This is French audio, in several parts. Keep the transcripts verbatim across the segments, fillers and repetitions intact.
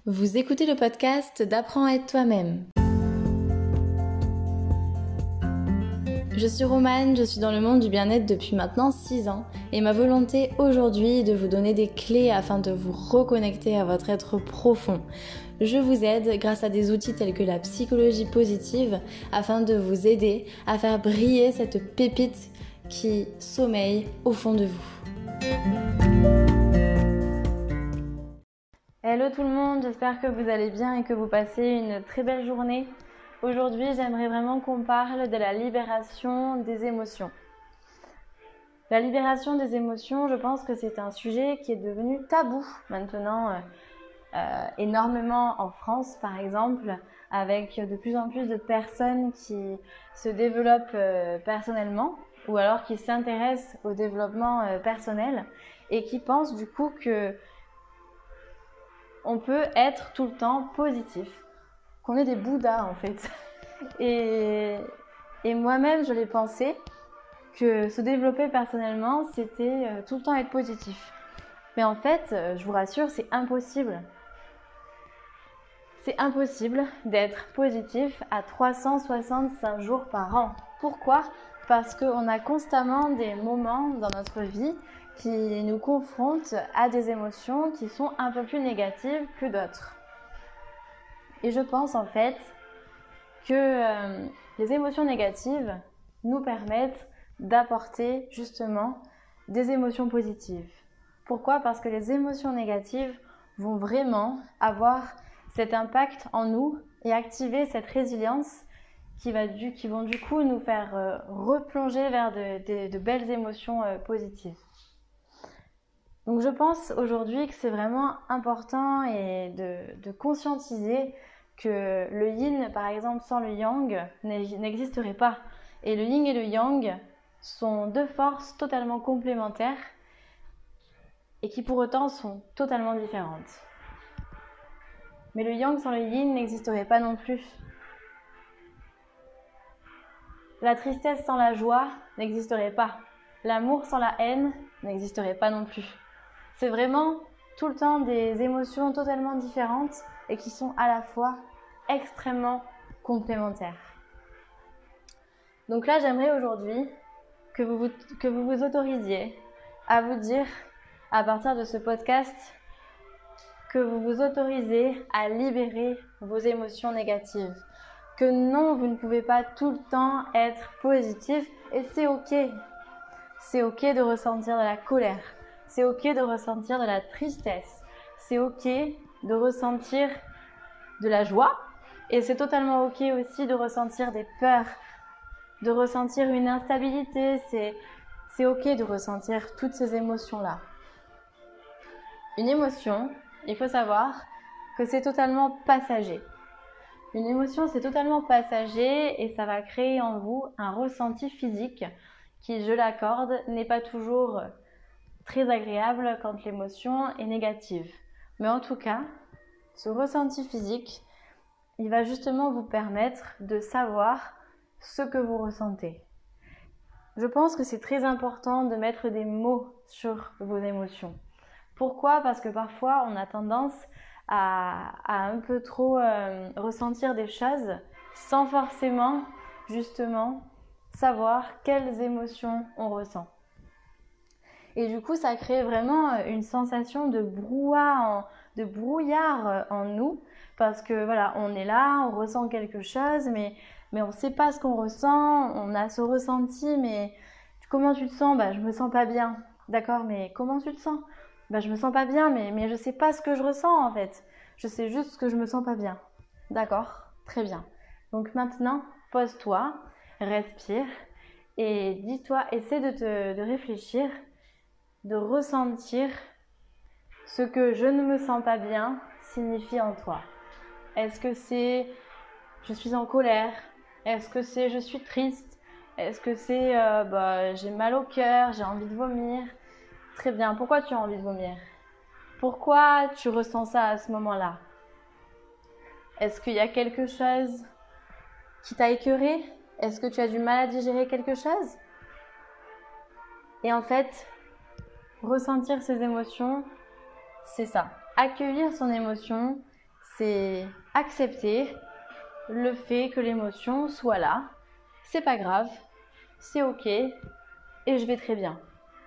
Vous écoutez le podcast d'Apprends à être toi-même. Je suis Romane, je suis dans le monde du bien-être depuis maintenant six ans et ma volonté aujourd'hui est de vous donner des clés afin de vous reconnecter à votre être profond. Je vous aide grâce à des outils tels que la psychologie positive afin de vous aider à faire briller cette pépite qui sommeille au fond de vous. Hello tout le monde, j'espère que vous allez bien et que vous passez une très belle journée. Aujourd'hui, j'aimerais vraiment qu'on parle de la libération des émotions. La libération des émotions, je pense que c'est un sujet qui est devenu tabou maintenant, euh, euh, énormément en France par exemple, avec de plus en plus de personnes qui se développent euh, personnellement ou alors qui s'intéressent au développement euh, personnel et qui pensent du coup que on peut être tout le temps positif, qu'on est des bouddhas en fait. Et, et moi-même, je l'ai pensé, que se développer personnellement, c'était euh, tout le temps être positif. Mais en fait, euh, je vous rassure, c'est impossible. C'est impossible d'être positif à trois cent soixante-cinq jours par an. Pourquoi ? Parce qu'on a constamment des moments dans notre vie qui nous confrontent à des émotions qui sont un peu plus négatives que d'autres. Et je pense en fait que euh, les émotions négatives nous permettent d'apporter justement des émotions positives. Pourquoi ? Parce que les émotions négatives vont vraiment avoir cet impact en nous et activer cette résilience qui, va du, qui vont du coup nous faire euh, replonger vers de, de, de belles émotions euh, positives. Donc je pense aujourd'hui que c'est vraiment important et de, de conscientiser que le yin, par exemple, sans le yang, n'existerait pas. Et le yin et le yang sont deux forces totalement complémentaires et qui pour autant sont totalement différentes. Mais le yang sans le yin n'existerait pas non plus. La tristesse sans la joie n'existerait pas. L'amour sans la haine n'existerait pas non plus. C'est vraiment tout le temps des émotions totalement différentes et qui sont à la fois extrêmement complémentaires. Donc là, j'aimerais aujourd'hui que vous vous, que vous vous autorisiez à vous dire, à partir de ce podcast, que vous vous autorisez à libérer vos émotions négatives. Que non, vous ne pouvez pas tout le temps être positif et c'est ok. C'est ok de ressentir de la colère. C'est ok de ressentir de la tristesse. C'est ok de ressentir de la joie. Et c'est totalement ok aussi de ressentir des peurs, de ressentir une instabilité. C'est, c'est ok de ressentir toutes ces émotions-là. Une émotion, il faut savoir que c'est totalement passager. Une émotion, c'est totalement passager et ça va créer en vous un ressenti physique qui, je l'accorde, n'est pas toujours très agréable quand l'émotion est négative. Mais en tout cas, ce ressenti physique, il va justement vous permettre de savoir ce que vous ressentez. Je pense que c'est très important de mettre des mots sur vos émotions. Pourquoi ? Parce que parfois, on a tendance à, à un peu trop euh, ressentir des choses sans forcément, justement, savoir quelles émotions on ressent. Et du coup, ça crée vraiment une sensation de brouhaha, en, de brouillard en nous, parce que voilà, on est là, on ressent quelque chose, mais, mais on ne sait pas ce qu'on ressent, on a ce ressenti, mais comment tu te sens ? Bah, je me sens pas bien. D'accord, mais comment tu te sens ? Bah, je me sens pas bien, mais, mais je sais pas ce que je ressens en fait. Je sais juste que je me sens pas bien. D'accord, très bien. Donc maintenant, pose-toi, respire et dis-toi, essaie de te de réfléchir, de ressentir ce que je ne me sens pas bien signifie en toi. Est-ce que c'est je suis en colère ? Est-ce que c'est je suis triste ? Est-ce que c'est euh, bah, j'ai mal au cœur, j'ai envie de vomir ? Très bien, pourquoi tu as envie de vomir ? Pourquoi tu ressens ça à ce moment-là ? Est-ce qu'il y a quelque chose qui t'a écœuré ? Est-ce que tu as du mal à digérer quelque chose ? Et en fait, ressentir ses émotions, c'est ça. Accueillir son émotion, c'est accepter le fait que l'émotion soit là. C'est pas grave, c'est ok et je vais très bien.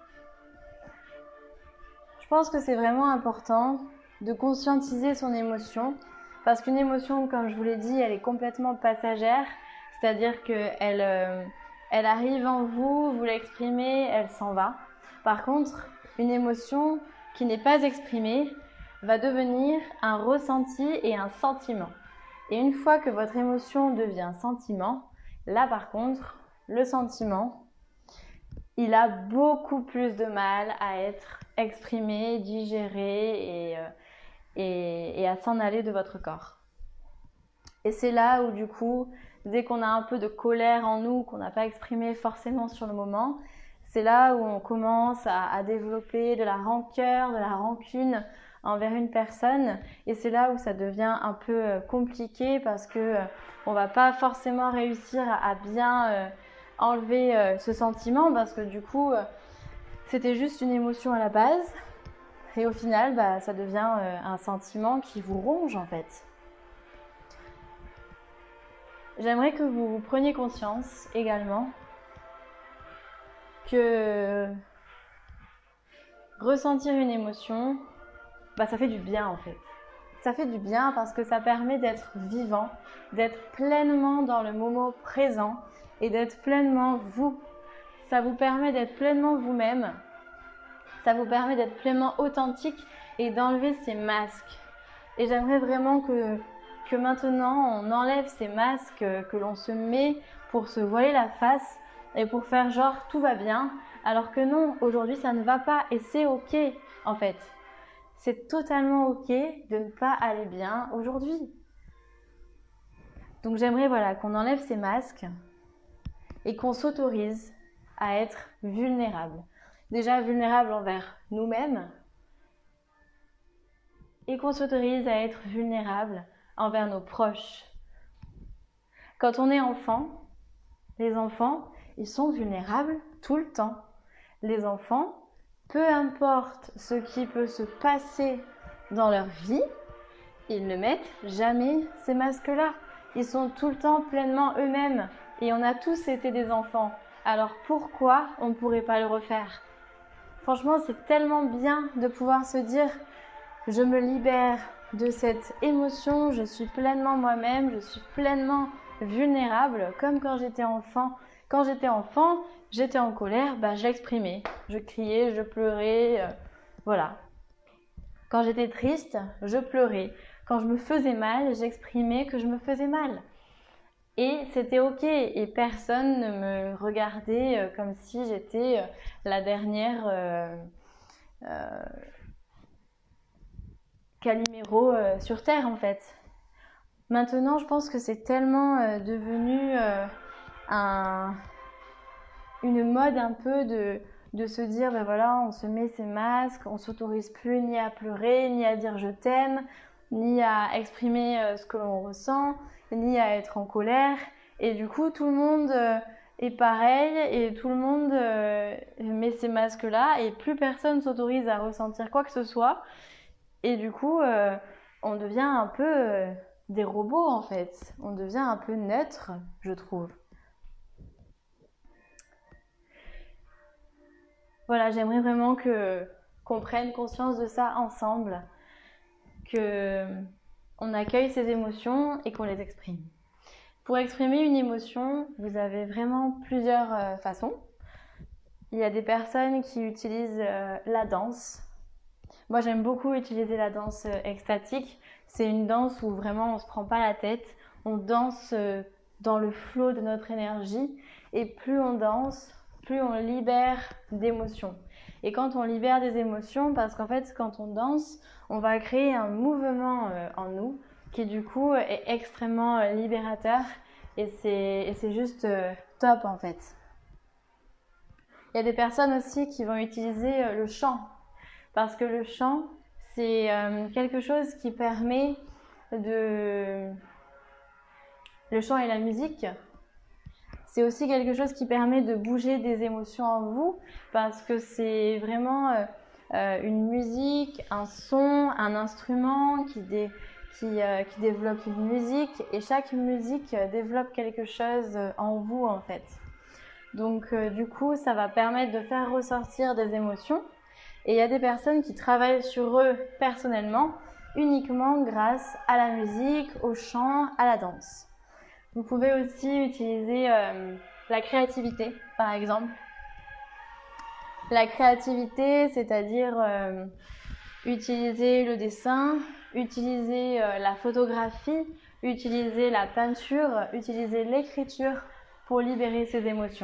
Je pense que c'est vraiment important de conscientiser son émotion parce qu'une émotion, comme je vous l'ai dit, elle est complètement passagère, c'est-à-dire qu'elle euh, elle arrive en vous, vous l'exprimez, elle s'en va. Par contre, une émotion qui n'est pas exprimée va devenir un ressenti et un sentiment. Et une fois que votre émotion devient sentiment, là par contre, le sentiment, il a beaucoup plus de mal à être exprimé, digéré et, euh, et, et à s'en aller de votre corps. Et c'est là où du coup, dès qu'on a un peu de colère en nous, qu'on n'a pas exprimé forcément sur le moment, c'est là où on commence à, à développer de la rancœur, de la rancune envers une personne. Et c'est là où ça devient un peu compliqué parce que euh, on va pas forcément réussir à, à bien euh, enlever euh, ce sentiment parce que du coup, euh, c'était juste une émotion à la base. Et au final, bah, ça devient euh, un sentiment qui vous ronge en fait. J'aimerais que vous preniez conscience également que ressentir une émotion, bah, ça fait du bien en fait. Ça fait du bien parce que ça permet d'être vivant, d'être pleinement dans le moment présent et d'être pleinement vous. Ça vous permet d'être pleinement vous-même. Ça vous permet d'être pleinement authentique et d'enlever ces masques. Et j'aimerais vraiment que, que maintenant on enlève ces masques que l'on se met pour se voiler la face et pour faire genre tout va bien, alors que non, aujourd'hui ça ne va pas et c'est ok en fait. C'est totalement ok de ne pas aller bien aujourd'hui. Donc j'aimerais voilà, qu'on enlève ces masques et qu'on s'autorise à être vulnérable. Déjà vulnérable envers nous-mêmes et qu'on s'autorise à être vulnérable envers nos proches. Quand on est enfant, les enfants, ils sont vulnérables tout le temps. Les enfants, peu importe ce qui peut se passer dans leur vie, ils ne mettent jamais ces masques-là. Ils sont tout le temps pleinement eux-mêmes. Et on a tous été des enfants. Alors pourquoi on ne pourrait pas le refaire ? Franchement, c'est tellement bien de pouvoir se dire « Je me libère de cette émotion, je suis pleinement moi-même, je suis pleinement vulnérable » comme quand j'étais enfant. Quand j'étais enfant, j'étais en colère, bah, je l'exprimais. Je criais, je pleurais, euh, voilà. Quand j'étais triste, je pleurais. Quand je me faisais mal, j'exprimais que je me faisais mal. Et c'était ok, et personne ne me regardait euh, comme si j'étais euh, la dernière euh, euh, Calimero euh, sur Terre en fait. Maintenant, je pense que c'est tellement euh, devenu euh, un, une mode un peu de, de se dire, ben voilà, on se met ces masques, on s'autorise plus ni à pleurer, ni à dire je t'aime, ni à exprimer euh, ce que l'on ressent, ni à être en colère. Et du coup, tout le monde euh, est pareil et tout le monde euh, met ces masques-là et plus personne s'autorise à ressentir quoi que ce soit. Et du coup, euh, on devient un peu euh, des robots en fait. On devient un peu neutre, je trouve. Voilà, j'aimerais vraiment que, qu'on prenne conscience de ça ensemble, qu'on accueille ces émotions et qu'on les exprime. Pour exprimer une émotion, vous avez vraiment plusieurs euh, façons. Il y a des personnes qui utilisent euh, la danse. Moi, j'aime beaucoup utiliser la danse euh, extatique. C'est une danse où vraiment on ne se prend pas la tête. On danse euh, dans le flot de notre énergie. Et plus on danse, plus on libère d'émotions. Et quand on libère des émotions, parce qu'en fait, quand on danse, on va créer un mouvement euh, en nous qui du coup est extrêmement euh, libérateur et c'est, et c'est juste euh, top en fait. Il y a des personnes aussi qui vont utiliser euh, le chant parce que le chant c'est euh, quelque chose qui permet de... Le chant et la musique, c'est aussi quelque chose qui permet de bouger des émotions en vous parce que c'est vraiment euh, euh, une musique, un son, un instrument qui, dé... qui, euh, qui développe une musique et chaque musique développe quelque chose en vous en fait. Donc euh, du coup, ça va permettre de faire ressortir des émotions. Et il y a des personnes qui travaillent sur eux personnellement uniquement grâce à la musique, au chant, à la danse. Vous pouvez aussi utiliser euh, la créativité, par exemple. La créativité, c'est-à-dire euh, utiliser le dessin, utiliser euh, la photographie, utiliser la peinture, utiliser l'écriture pour libérer ses émotions.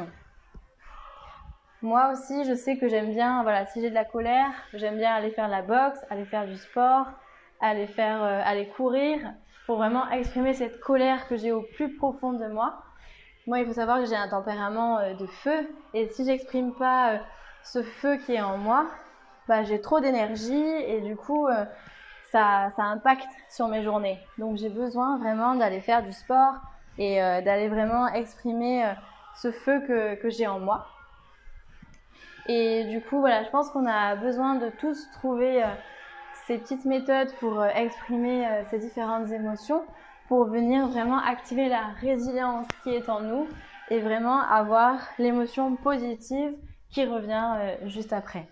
Moi aussi, je sais que j'aime bien, voilà, si j'ai de la colère, j'aime bien aller faire de la boxe, aller faire du sport, aller faire, euh, aller courir, pour vraiment exprimer cette colère que j'ai au plus profond de moi. Moi, il faut savoir que j'ai un tempérament euh, de feu, et si j'exprime pas euh, ce feu qui est en moi, bah, j'ai trop d'énergie et du coup, euh, ça, ça impacte sur mes journées. Donc, j'ai besoin vraiment d'aller faire du sport et euh, d'aller vraiment exprimer euh, ce feu que, que j'ai en moi. Et du coup, voilà, je pense qu'on a besoin de tous trouver euh, ces petites méthodes pour euh, exprimer euh, ces différentes émotions, pour venir vraiment activer la résilience qui est en nous et vraiment avoir l'émotion positive qui revient euh, juste après.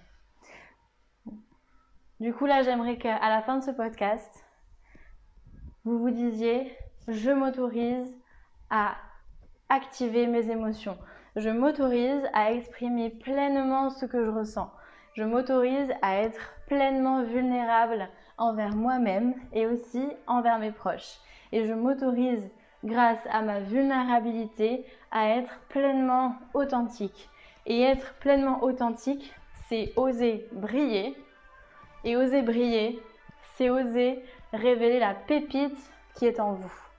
Du coup, là, j'aimerais qu'à la fin de ce podcast, vous vous disiez « Je m'autorise à activer mes émotions ». Je m'autorise à exprimer pleinement ce que je ressens. Je m'autorise à être pleinement vulnérable envers moi-même et aussi envers mes proches. Et je m'autorise, grâce à ma vulnérabilité, à être pleinement authentique. Et être pleinement authentique, c'est oser briller. Et oser briller, c'est oser révéler la pépite qui est en vous.